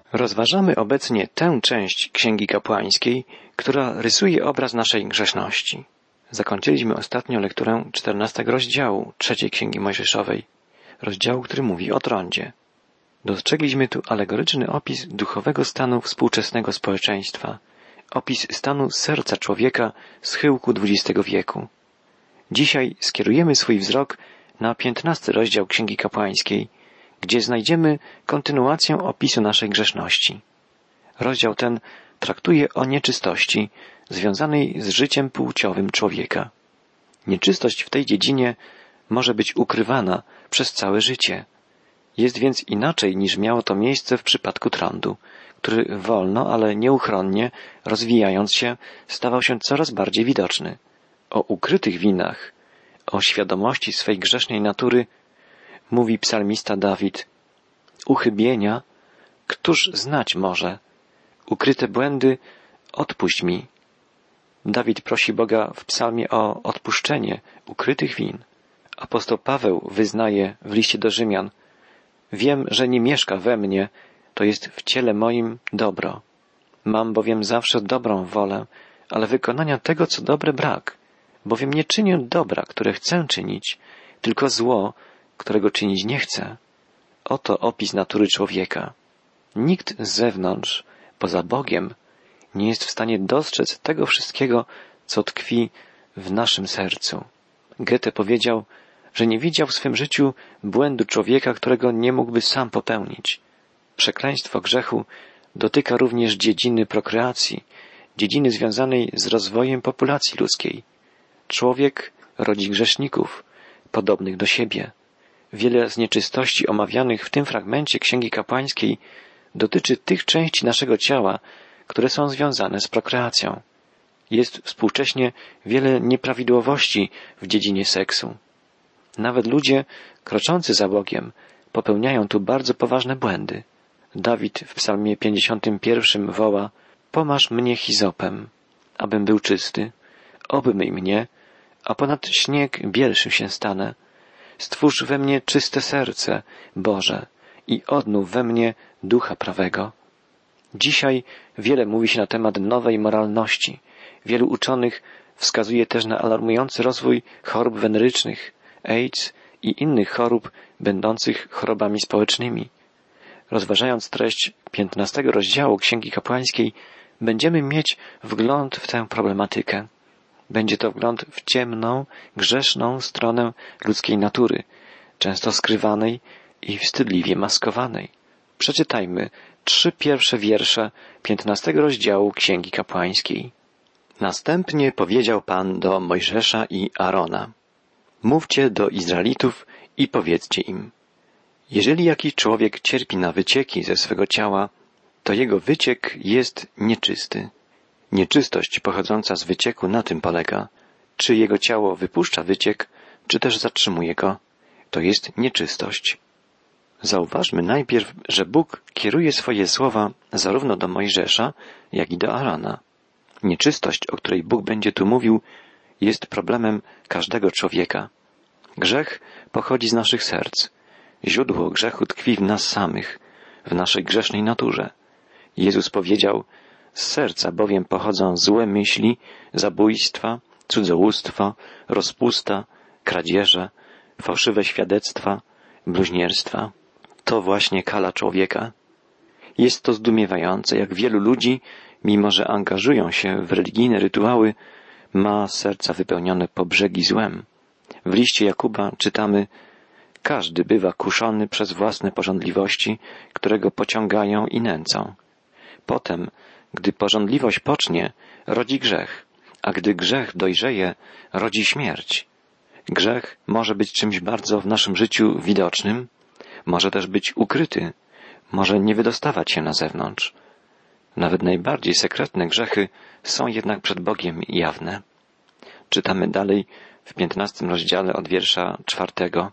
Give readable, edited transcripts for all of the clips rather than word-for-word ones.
Rozważamy obecnie tę część Księgi Kapłańskiej, która rysuje obraz naszej grzeszności. Zakończyliśmy ostatnio lekturę 14 rozdziału trzeciej Księgi Mojżeszowej, rozdziału, który mówi o trądzie. Dostrzegliśmy tu alegoryczny opis duchowego stanu współczesnego społeczeństwa, opis stanu serca człowieka schyłku XX wieku. Dzisiaj skierujemy swój wzrok na 15 rozdział Księgi Kapłańskiej, gdzie znajdziemy kontynuację opisu naszej grzeszności. Rozdział ten traktuje o nieczystości związanej z życiem płciowym człowieka. Nieczystość w tej dziedzinie może być ukrywana przez całe życie. Jest więc inaczej niż miało to miejsce w przypadku trądu, który wolno, ale nieuchronnie, rozwijając się, stawał się coraz bardziej widoczny. O ukrytych winach, o świadomości swej grzesznej natury mówi psalmista Dawid: uchybienia, któż znać może? Ukryte błędy, odpuść mi. Dawid prosi Boga w psalmie o odpuszczenie ukrytych win. Apostoł Paweł wyznaje w liście do Rzymian: wiem, że nie mieszka we mnie, to jest w ciele moim dobro. Mam bowiem zawsze dobrą wolę, ale wykonania tego, co dobre, brak. Bowiem nie czynię dobra, które chcę czynić, tylko zło, którego czynić nie chcę. Oto opis natury człowieka. Nikt z zewnątrz, poza Bogiem, nie jest w stanie dostrzec tego wszystkiego, co tkwi w naszym sercu. Goethe powiedział, że nie widział w swym życiu błędu człowieka, którego nie mógłby sam popełnić. Przekleństwo grzechu dotyka również dziedziny prokreacji, dziedziny związanej z rozwojem populacji ludzkiej. Człowiek rodzi grzeszników, podobnych do siebie. Wiele z nieczystości omawianych w tym fragmencie Księgi Kapłańskiej dotyczy tych części naszego ciała, które są związane z prokreacją. Jest współcześnie wiele nieprawidłowości w dziedzinie seksu. Nawet ludzie kroczący za Bogiem popełniają tu bardzo poważne błędy. Dawid w psalmie 51 woła: pomaż mnie hizopem, abym był czysty, obmyj mnie, a ponad śnieg bielszym się stanę. Stwórz we mnie czyste serce, Boże, i odnów we mnie ducha prawego. Dzisiaj wiele mówi się na temat nowej moralności. Wielu uczonych wskazuje też na alarmujący rozwój chorób wenerycznych, AIDS i innych chorób będących chorobami społecznymi. Rozważając treść 15 rozdziału Księgi Kapłańskiej, będziemy mieć wgląd w tę problematykę. Będzie to wgląd w ciemną, grzeszną stronę ludzkiej natury, często skrywanej i wstydliwie maskowanej. Przeczytajmy 3 pierwsze wiersze 15 rozdziału Księgi Kapłańskiej. Następnie powiedział Pan do Mojżesza i Arona: mówcie do Izraelitów i powiedzcie im: jeżeli jakiś człowiek cierpi na wycieki ze swego ciała, to jego wyciek jest nieczysty. Nieczystość pochodząca z wycieku na tym polega, czy jego ciało wypuszcza wyciek, czy też zatrzymuje go. To jest nieczystość. Zauważmy najpierw, że Bóg kieruje swoje słowa zarówno do Mojżesza, jak i do Arona. Nieczystość, o której Bóg będzie tu mówił, jest problemem każdego człowieka. Grzech pochodzi z naszych serc. Źródło grzechu tkwi w nas samych, w naszej grzesznej naturze. Jezus powiedział: z serca bowiem pochodzą złe myśli, zabójstwa, cudzołóstwo, rozpusta, kradzieże, fałszywe świadectwa, bluźnierstwa. To właśnie kala człowieka. Jest to zdumiewające, jak wielu ludzi, mimo że angażują się w religijne rytuały, ma serca wypełnione po brzegi złem. W liście Jakuba czytamy: każdy bywa kuszony przez własne pożądliwości, które go pociągają i nęcą. Potem, gdy pożądliwość pocznie, rodzi grzech, a gdy grzech dojrzeje, rodzi śmierć. Grzech może być czymś bardzo w naszym życiu widocznym, może też być ukryty, może nie wydostawać się na zewnątrz. Nawet najbardziej sekretne grzechy są jednak przed Bogiem jawne. Czytamy dalej w 15 rozdziale od wiersza 4.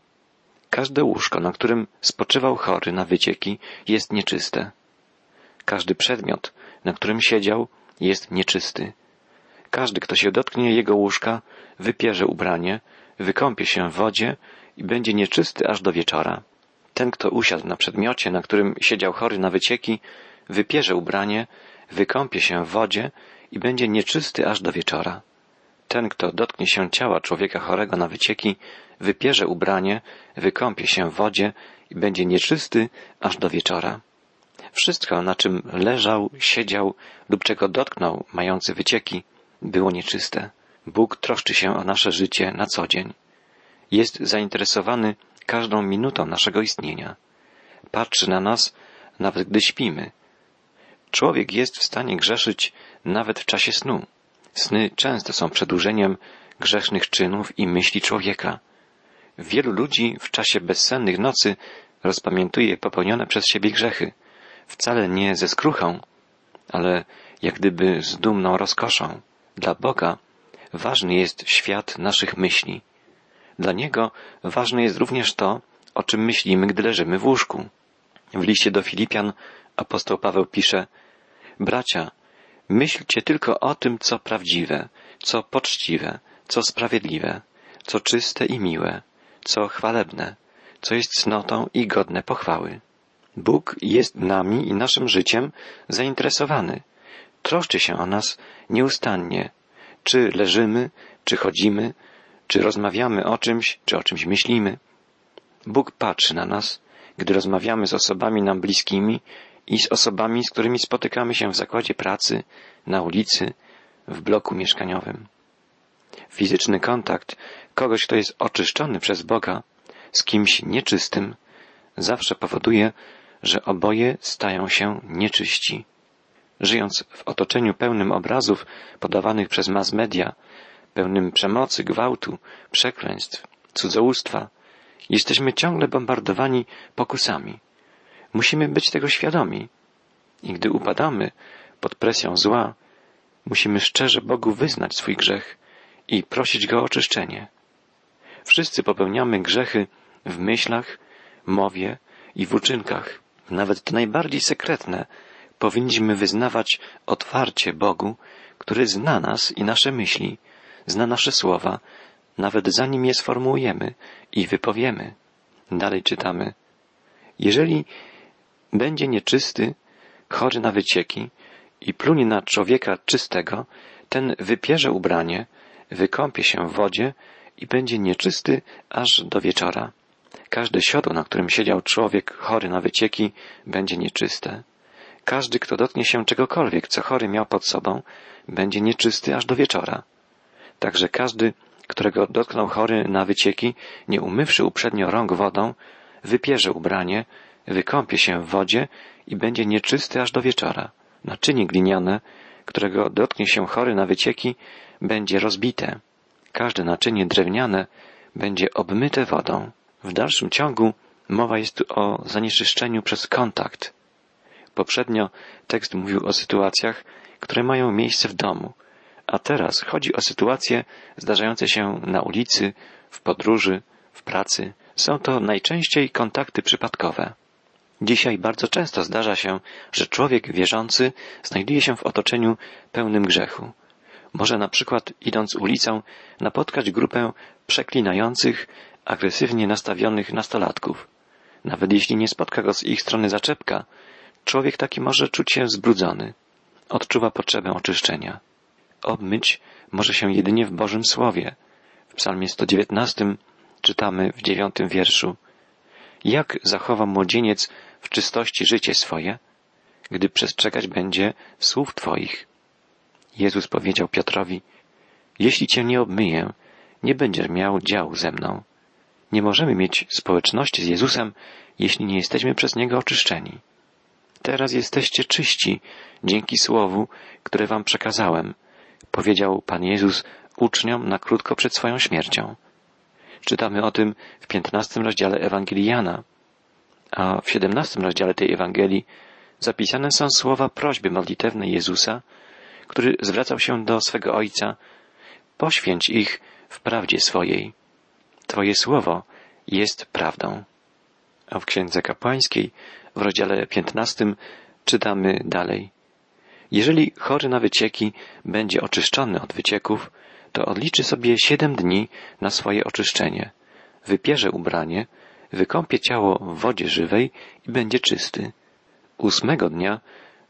Każde łóżko, na którym spoczywał chory na wycieki, jest nieczyste. Każdy przedmiot, na którym siedział, jest nieczysty. Każdy, kto się dotknie jego łóżka, wypierze ubranie, wykąpie się w wodzie i będzie nieczysty aż do wieczora. Ten, kto usiadł na przedmiocie, na którym siedział chory na wycieki, wypierze ubranie, wykąpie się w wodzie i będzie nieczysty aż do wieczora. Ten, kto dotknie się ciała człowieka chorego na wycieki, wypierze ubranie, wykąpie się w wodzie i będzie nieczysty aż do wieczora. Wszystko, na czym leżał, siedział lub czego dotknął mający wycieki, było nieczyste. Bóg troszczy się o nasze życie na co dzień. Jest zainteresowany każdą minutą naszego istnienia. Patrzy na nas, nawet gdy śpimy. Człowiek jest w stanie grzeszyć nawet w czasie snu. Sny często są przedłużeniem grzesznych czynów i myśli człowieka. Wielu ludzi w czasie bezsennych nocy rozpamiętuje popełnione przez siebie grzechy. Wcale nie ze skruchą, ale jak gdyby z dumną rozkoszą. Dla Boga ważny jest świat naszych myśli. Dla Niego ważne jest również to, o czym myślimy, gdy leżymy w łóżku. W liście do Filipian apostoł Paweł pisze: Bracia, myślcie tylko o tym, co prawdziwe, co poczciwe, co sprawiedliwe, co czyste i miłe, co chwalebne, co jest cnotą i godne pochwały. Bóg jest nami i naszym życiem zainteresowany. Troszczy się o nas nieustannie. Czy leżymy, czy chodzimy, czy rozmawiamy o czymś, czy o czymś myślimy. Bóg patrzy na nas, gdy rozmawiamy z osobami nam bliskimi i z osobami, z którymi spotykamy się w zakładzie pracy, na ulicy, w bloku mieszkaniowym. Fizyczny kontakt kogoś, kto jest oczyszczony przez Boga, z kimś nieczystym, zawsze powoduje, że oboje stają się nieczyści. Żyjąc w otoczeniu pełnym obrazów podawanych przez mass media, pełnym przemocy, gwałtu, przekleństw, cudzołóstwa, jesteśmy ciągle bombardowani pokusami. Musimy być tego świadomi. I gdy upadamy pod presją zła, musimy szczerze Bogu wyznać swój grzech i prosić Go o oczyszczenie. Wszyscy popełniamy grzechy w myślach, mowie i w uczynkach. Nawet te najbardziej sekretne powinniśmy wyznawać otwarcie Bogu, który zna nas i nasze myśli, zna nasze słowa, nawet zanim je sformułujemy i wypowiemy. Dalej czytamy: Jeżeli będzie nieczysty, chory na wycieki i plunie na człowieka czystego, ten wypierze ubranie, wykąpie się w wodzie i będzie nieczysty aż do wieczora. Każde siodło, na którym siedział człowiek chory na wycieki, będzie nieczyste. Każdy, kto dotknie się czegokolwiek, co chory miał pod sobą, będzie nieczysty aż do wieczora. Także każdy, którego dotknął chory na wycieki, nie umywszy uprzednio rąk wodą, wypierze ubranie, wykąpie się w wodzie i będzie nieczysty aż do wieczora. Naczynie gliniane, którego dotknie się chory na wycieki, będzie rozbite. Każde naczynie drewniane będzie obmyte wodą. W dalszym ciągu mowa jest tu o zanieczyszczeniu przez kontakt. Poprzednio tekst mówił o sytuacjach, które mają miejsce w domu, a teraz chodzi o sytuacje zdarzające się na ulicy, w podróży, w pracy. Są to najczęściej kontakty przypadkowe. Dzisiaj bardzo często zdarza się, że człowiek wierzący znajduje się w otoczeniu pełnym grzechu. Może na przykład, idąc ulicą, napotkać grupę przeklinających, agresywnie nastawionych nastolatków. Nawet jeśli nie spotka go z ich strony zaczepka, człowiek taki może czuć się zbrudzony. Odczuwa potrzebę oczyszczenia. Obmyć może się jedynie w Bożym Słowie. W Psalmie 119 czytamy w 9 wierszu: Jak zachowa młodzieniec w czystości życie swoje, gdy przestrzegać będzie słów Twoich? Jezus powiedział Piotrowi: Jeśli Cię nie obmyję, nie będziesz miał działu ze mną. Nie możemy mieć społeczności z Jezusem, jeśli nie jesteśmy przez Niego oczyszczeni. Teraz jesteście czyści dzięki słowu, które wam przekazałem, powiedział Pan Jezus uczniom na krótko przed swoją śmiercią. Czytamy o tym w 15 rozdziale Ewangelii Jana, a w 17 rozdziale tej Ewangelii zapisane są słowa prośby modlitewnej Jezusa, który zwracał się do swego Ojca: Poświęć ich w prawdzie swojej. Twoje słowo jest prawdą. A w Księdze Kapłańskiej w rozdziale 15 czytamy dalej: Jeżeli chory na wycieki będzie oczyszczony od wycieków, to odliczy sobie 7 dni na swoje oczyszczenie. Wypierze ubranie, wykąpie ciało w wodzie żywej i będzie czysty. 8 dnia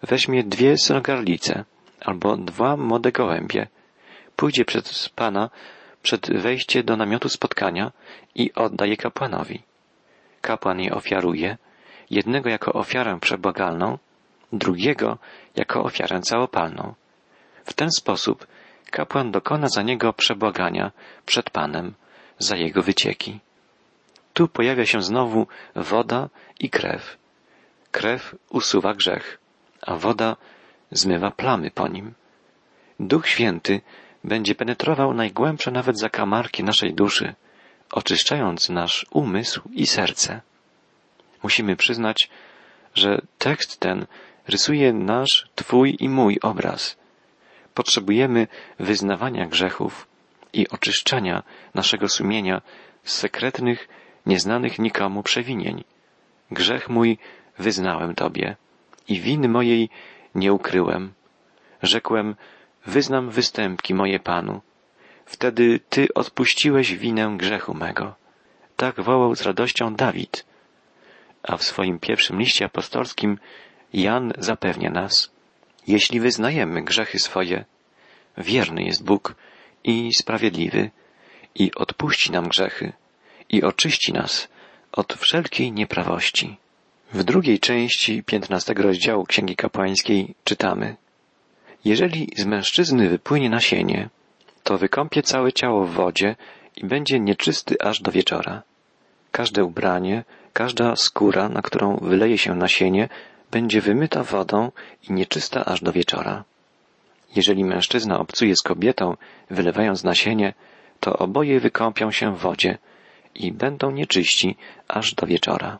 weźmie 2 synogarlice albo 2 młode gołębie, pójdzie przed Pana, przed wejście do namiotu spotkania i odda je kapłanowi. Kapłan je ofiaruje, jednego jako ofiarę przebłagalną, drugiego jako ofiarę całopalną. W ten sposób kapłan dokona za niego przebłagania przed Panem za jego wycieki. Tu pojawia się znowu woda i krew. Krew usuwa grzech, a woda zmywa plamy po nim. Duch Święty będzie penetrował najgłębsze nawet zakamarki naszej duszy, oczyszczając nasz umysł i serce. Musimy przyznać, że tekst ten rysuje nasz, Twój i mój obraz. Potrzebujemy wyznawania grzechów i oczyszczania naszego sumienia z sekretnych, nieznanych nikomu przewinień. Grzech mój wyznałem Tobie i winy mojej nie ukryłem. Rzekłem, wyznam występki moje Panu. Wtedy Ty odpuściłeś winę grzechu mego. Tak wołał z radością Dawid. A w swoim pierwszym liście apostolskim Jan zapewnia nas, jeśli wyznajemy grzechy swoje, wierny jest Bóg i sprawiedliwy i odpuści nam grzechy i oczyści nas od wszelkiej nieprawości. W drugiej części 15 rozdziału Księgi Kapłańskiej czytamy: jeżeli z mężczyzny wypłynie nasienie, to wykąpie całe ciało w wodzie i będzie nieczysty aż do wieczora. Każde ubranie, każda skóra, na którą wyleje się nasienie, będzie wymyta wodą i nieczysta aż do wieczora. Jeżeli mężczyzna obcuje z kobietą, wylewając nasienie, to oboje wykąpią się w wodzie i będą nieczyści aż do wieczora.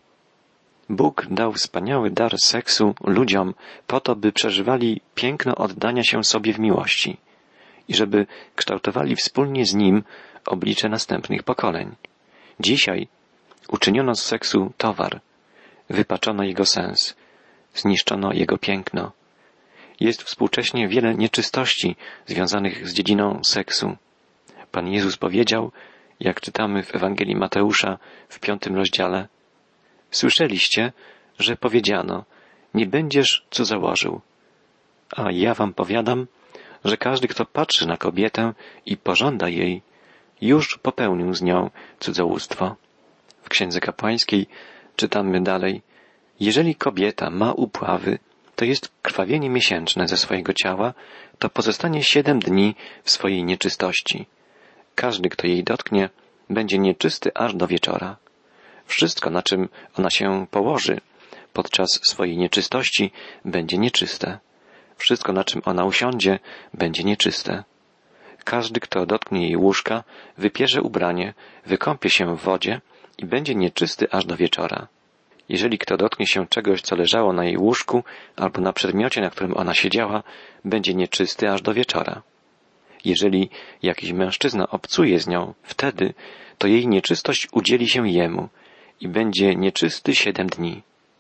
Bóg dał wspaniały dar seksu ludziom po to, by przeżywali piękno oddania się sobie w miłości i żeby kształtowali wspólnie z Nim oblicze następnych pokoleń. Dzisiaj uczyniono z seksu towar, wypaczono jego sens, zniszczono jego piękno. Jest współcześnie wiele nieczystości związanych z dziedziną seksu. Pan Jezus powiedział, jak czytamy w Ewangelii Mateusza w 5 rozdziale, słyszeliście, że powiedziano, nie będziesz cudzołożył. A ja wam powiadam, że każdy, kto patrzy na kobietę i pożąda jej, już popełnił z nią cudzołóstwo. W Księdze Kapłańskiej czytamy dalej, jeżeli kobieta ma upławy, to jest krwawienie miesięczne ze swojego ciała, to pozostanie 7 dni w swojej nieczystości. Każdy, kto jej dotknie, będzie nieczysty aż do wieczora. Wszystko, na czym ona się położy podczas swojej nieczystości, będzie nieczyste. Wszystko, na czym ona usiądzie, będzie nieczyste. Każdy, kto dotknie jej łóżka, wypierze ubranie, wykąpie się w wodzie i będzie nieczysty aż do wieczora. Jeżeli kto dotknie się czegoś, co leżało na jej łóżku albo na przedmiocie, na którym ona siedziała, będzie nieczysty aż do wieczora. Jeżeli jakiś mężczyzna obcuje z nią, wtedy to jej nieczystość udzieli się jemu i będzie nieczysty 7 dni.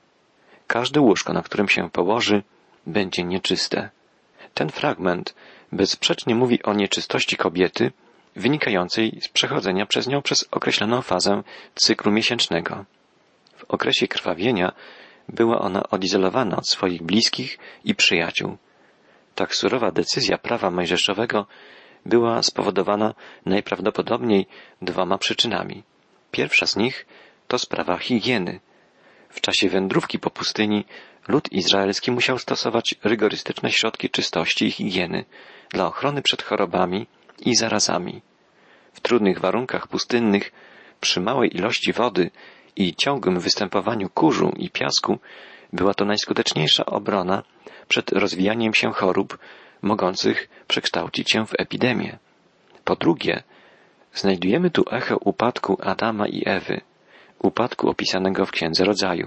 Każde łóżko, na którym się położy, będzie nieczyste. Ten fragment bezsprzecznie mówi o nieczystości kobiety wynikającej z przechodzenia przez nią przez określoną fazę cyklu miesięcznego. W okresie krwawienia była ona odizolowana od swoich bliskich i przyjaciół. Tak surowa decyzja prawa mojżeszowego była spowodowana najprawdopodobniej 2 przyczynami. Pierwsza z nich to sprawa higieny. W czasie wędrówki po pustyni lud izraelski musiał stosować rygorystyczne środki czystości i higieny dla ochrony przed chorobami i zarazami. W trudnych warunkach pustynnych, przy małej ilości wody i ciągłym występowaniu kurzu i piasku, była to najskuteczniejsza obrona przed rozwijaniem się chorób mogących przekształcić się w epidemię. Po drugie, znajdujemy tu echo upadku Adama i Ewy, upadku opisanego w Księdze Rodzaju.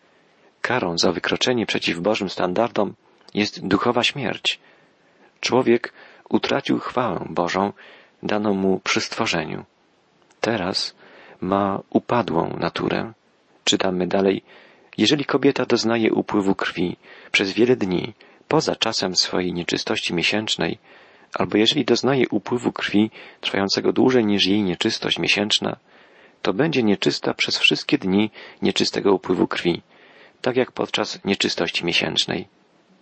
Karą za wykroczenie przeciw Bożym standardom jest duchowa śmierć. Człowiek utracił chwałę Bożą, daną mu przy stworzeniu. Teraz ma upadłą naturę. Czytamy dalej, jeżeli kobieta doznaje upływu krwi przez wiele dni poza czasem swojej nieczystości miesięcznej, albo jeżeli doznaje upływu krwi trwającego dłużej niż jej nieczystość miesięczna, to będzie nieczysta przez wszystkie dni nieczystego upływu krwi, tak jak podczas nieczystości miesięcznej.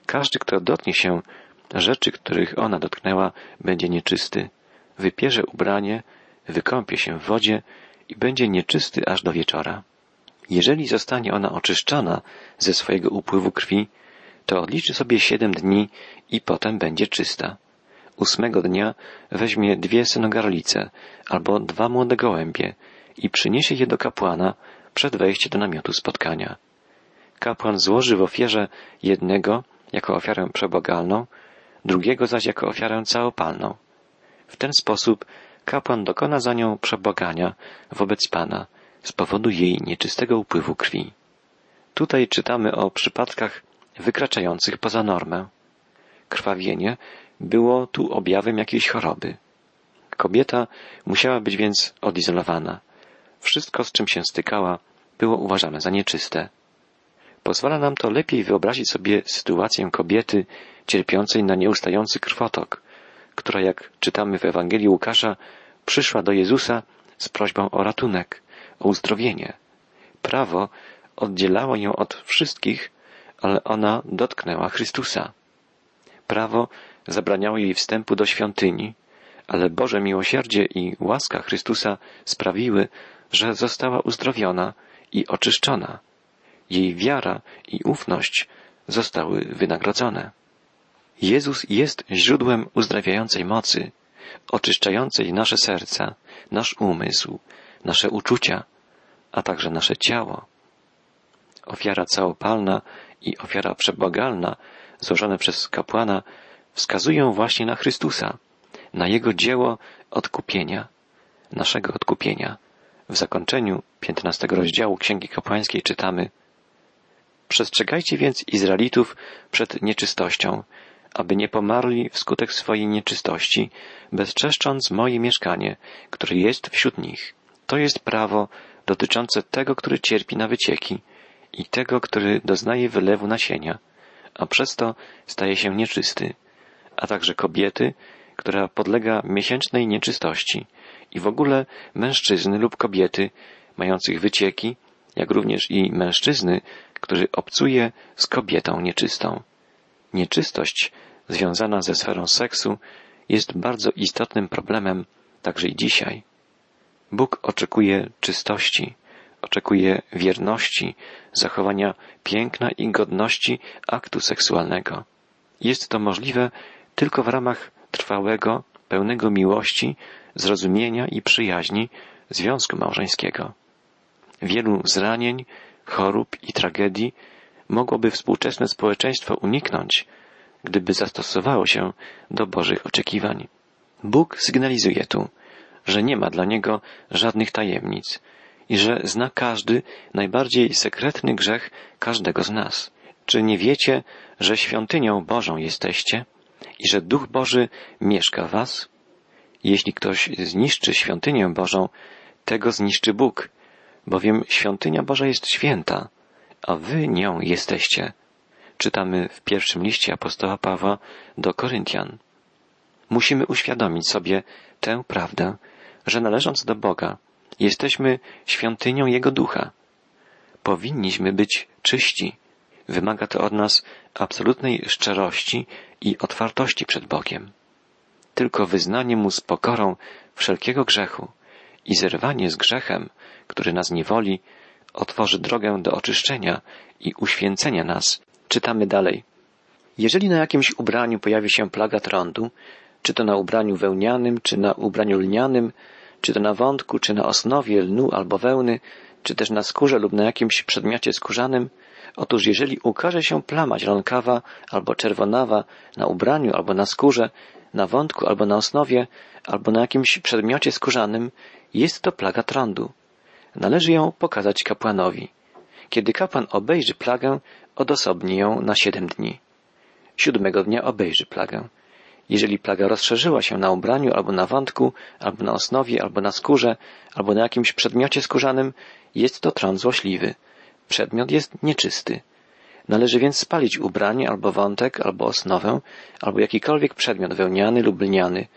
Każdy, kto dotknie się rzeczy, których ona dotknęła, będzie nieczysty. Wypierze ubranie, wykąpie się w wodzie i będzie nieczysty aż do wieczora. Jeżeli zostanie ona oczyszczona ze swojego upływu krwi, to odliczy sobie 7 dni i potem będzie czysta. 8 dnia weźmie 2 synogarlice albo 2 młode gołębie i przyniesie je do kapłana przed wejściem do namiotu spotkania. Kapłan złoży w ofierze jednego jako ofiarę przebłagalną, drugiego zaś jako ofiarę całopalną. W ten sposób kapłan dokona za nią przebłagania wobec Pana z powodu jej nieczystego upływu krwi. Tutaj czytamy o przypadkach wykraczających poza normę. Krwawienie było tu objawem jakiejś choroby. Kobieta musiała być więc odizolowana. Wszystko, z czym się stykała, było uważane za nieczyste. Pozwala nam to lepiej wyobrazić sobie sytuację kobiety cierpiącej na nieustający krwotok, która, jak czytamy w Ewangelii Łukasza, przyszła do Jezusa z prośbą o ratunek, o uzdrowienie. Prawo oddzielało ją od wszystkich, ale ona dotknęła Chrystusa. Prawo zabraniało jej wstępu do świątyni, ale Boże miłosierdzie i łaska Chrystusa sprawiły, że została uzdrowiona i oczyszczona. Jej wiara i ufność zostały wynagrodzone. Jezus jest źródłem uzdrawiającej mocy, oczyszczającej nasze serca, nasz umysł, nasze uczucia, a także nasze ciało. Ofiara całopalna i ofiara przebłagalna złożone przez kapłana wskazują właśnie na Chrystusa, na Jego dzieło odkupienia, naszego odkupienia. W zakończeniu 15 rozdziału Księgi Kapłańskiej czytamy: Przestrzegajcie więc Izraelitów przed nieczystością, aby nie pomarli wskutek swojej nieczystości, bezczeszcząc moje mieszkanie, które jest wśród nich. To jest prawo dotyczące tego, który cierpi na wycieki i tego, który doznaje wylewu nasienia, a przez to staje się nieczysty, a także kobiety, która podlega miesięcznej nieczystości i w ogóle mężczyzny lub kobiety mających wycieki, jak również i mężczyzny, który obcuje z kobietą nieczystą. Nieczystość związana ze sferą seksu jest bardzo istotnym problemem także i dzisiaj. Bóg oczekuje czystości, oczekuje wierności, zachowania piękna i godności aktu seksualnego. Jest to możliwe tylko w ramach trwałego, pełnego miłości, zrozumienia i przyjaźni związku małżeńskiego. Wielu zranień, chorób i tragedii mogłoby współczesne społeczeństwo uniknąć, gdyby zastosowało się do Bożych oczekiwań. Bóg sygnalizuje tu, że nie ma dla Niego żadnych tajemnic i że zna każdy najbardziej sekretny grzech każdego z nas. Czy nie wiecie, że świątynią Bożą jesteście i że Duch Boży mieszka w was? Jeśli ktoś zniszczy świątynię Bożą, tego zniszczy Bóg, bowiem świątynia Boża jest święta, a wy nią jesteście. Czytamy w pierwszym liście apostoła Pawła do Koryntian. Musimy uświadomić sobie tę prawdę, że należąc do Boga, jesteśmy świątynią Jego Ducha. Powinniśmy być czyści. Wymaga to od nas absolutnej szczerości i otwartości przed Bogiem. Tylko wyznanie Mu z pokorą wszelkiego grzechu i zerwanie z grzechem, który nas niewoli, otworzy drogę do oczyszczenia i uświęcenia nas. Czytamy dalej. Jeżeli na jakimś ubraniu pojawi się plaga trądu, czy to na ubraniu wełnianym, czy na ubraniu lnianym, czy to na wątku, czy na osnowie lnu albo wełny, czy też na skórze lub na jakimś przedmiocie skórzanym, otóż jeżeli ukaże się plama zielonkawa albo czerwonawa na ubraniu albo na skórze, na wątku albo na osnowie, albo na jakimś przedmiocie skórzanym, jest to plaga trądu. Należy ją pokazać kapłanowi. Kiedy kapłan obejrzy plagę, odosobni ją na 7 dni. 7 dnia obejrzy plagę. Jeżeli plaga rozszerzyła się na ubraniu, albo na wątku, albo na osnowie, albo na skórze, albo na jakimś przedmiocie skórzanym, jest to trąd złośliwy. Przedmiot jest nieczysty. Należy więc spalić ubranie, albo wątek, albo osnowę, albo jakikolwiek przedmiot wełniany lub lniany,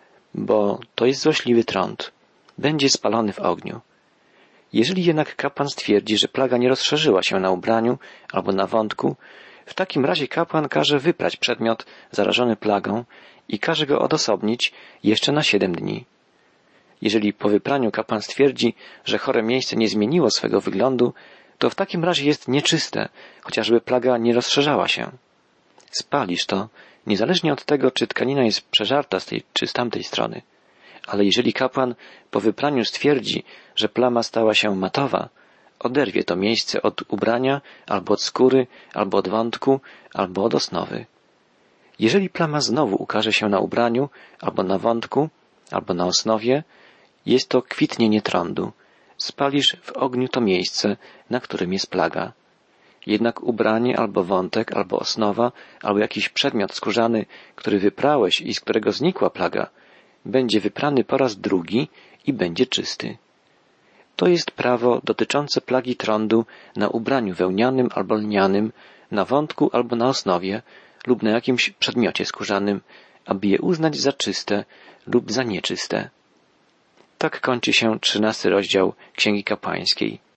bo to jest złośliwy trąd. Będzie spalony w ogniu. Jeżeli jednak kapłan stwierdzi, że plaga nie rozszerzyła się na ubraniu albo na wątku, W takim razie kapłan każe wyprać przedmiot zarażony plagą i każe go odosobnić jeszcze na 7 dni. Jeżeli po wypraniu kapłan stwierdzi, że chore miejsce nie zmieniło swego wyglądu, to w takim razie jest nieczyste, chociażby plaga nie rozszerzała się. Spalisz to, niezależnie od tego, czy tkanina jest przeżarta z tej czy z tamtej strony. Ale jeżeli kapłan po wypraniu stwierdzi, że plama stała się matowa, oderwie to miejsce od ubrania, albo od skóry, albo od wątku, albo od osnowy. Jeżeli plama znowu ukaże się na ubraniu, albo na wątku, albo na osnowie, jest to kwitnienie trądu. Spalisz w ogniu to miejsce, na którym jest plaga. Jednak ubranie, albo wątek, albo osnowa, albo jakiś przedmiot skórzany, który wyprałeś i z którego znikła plaga, będzie wyprany po raz drugi i będzie czysty. To jest prawo dotyczące plagi trądu na ubraniu wełnianym albo lnianym, na wątku albo na osnowie lub na jakimś przedmiocie skórzanym, aby je uznać za czyste lub za nieczyste. Tak kończy się 13 rozdział Księgi Kapłańskiej.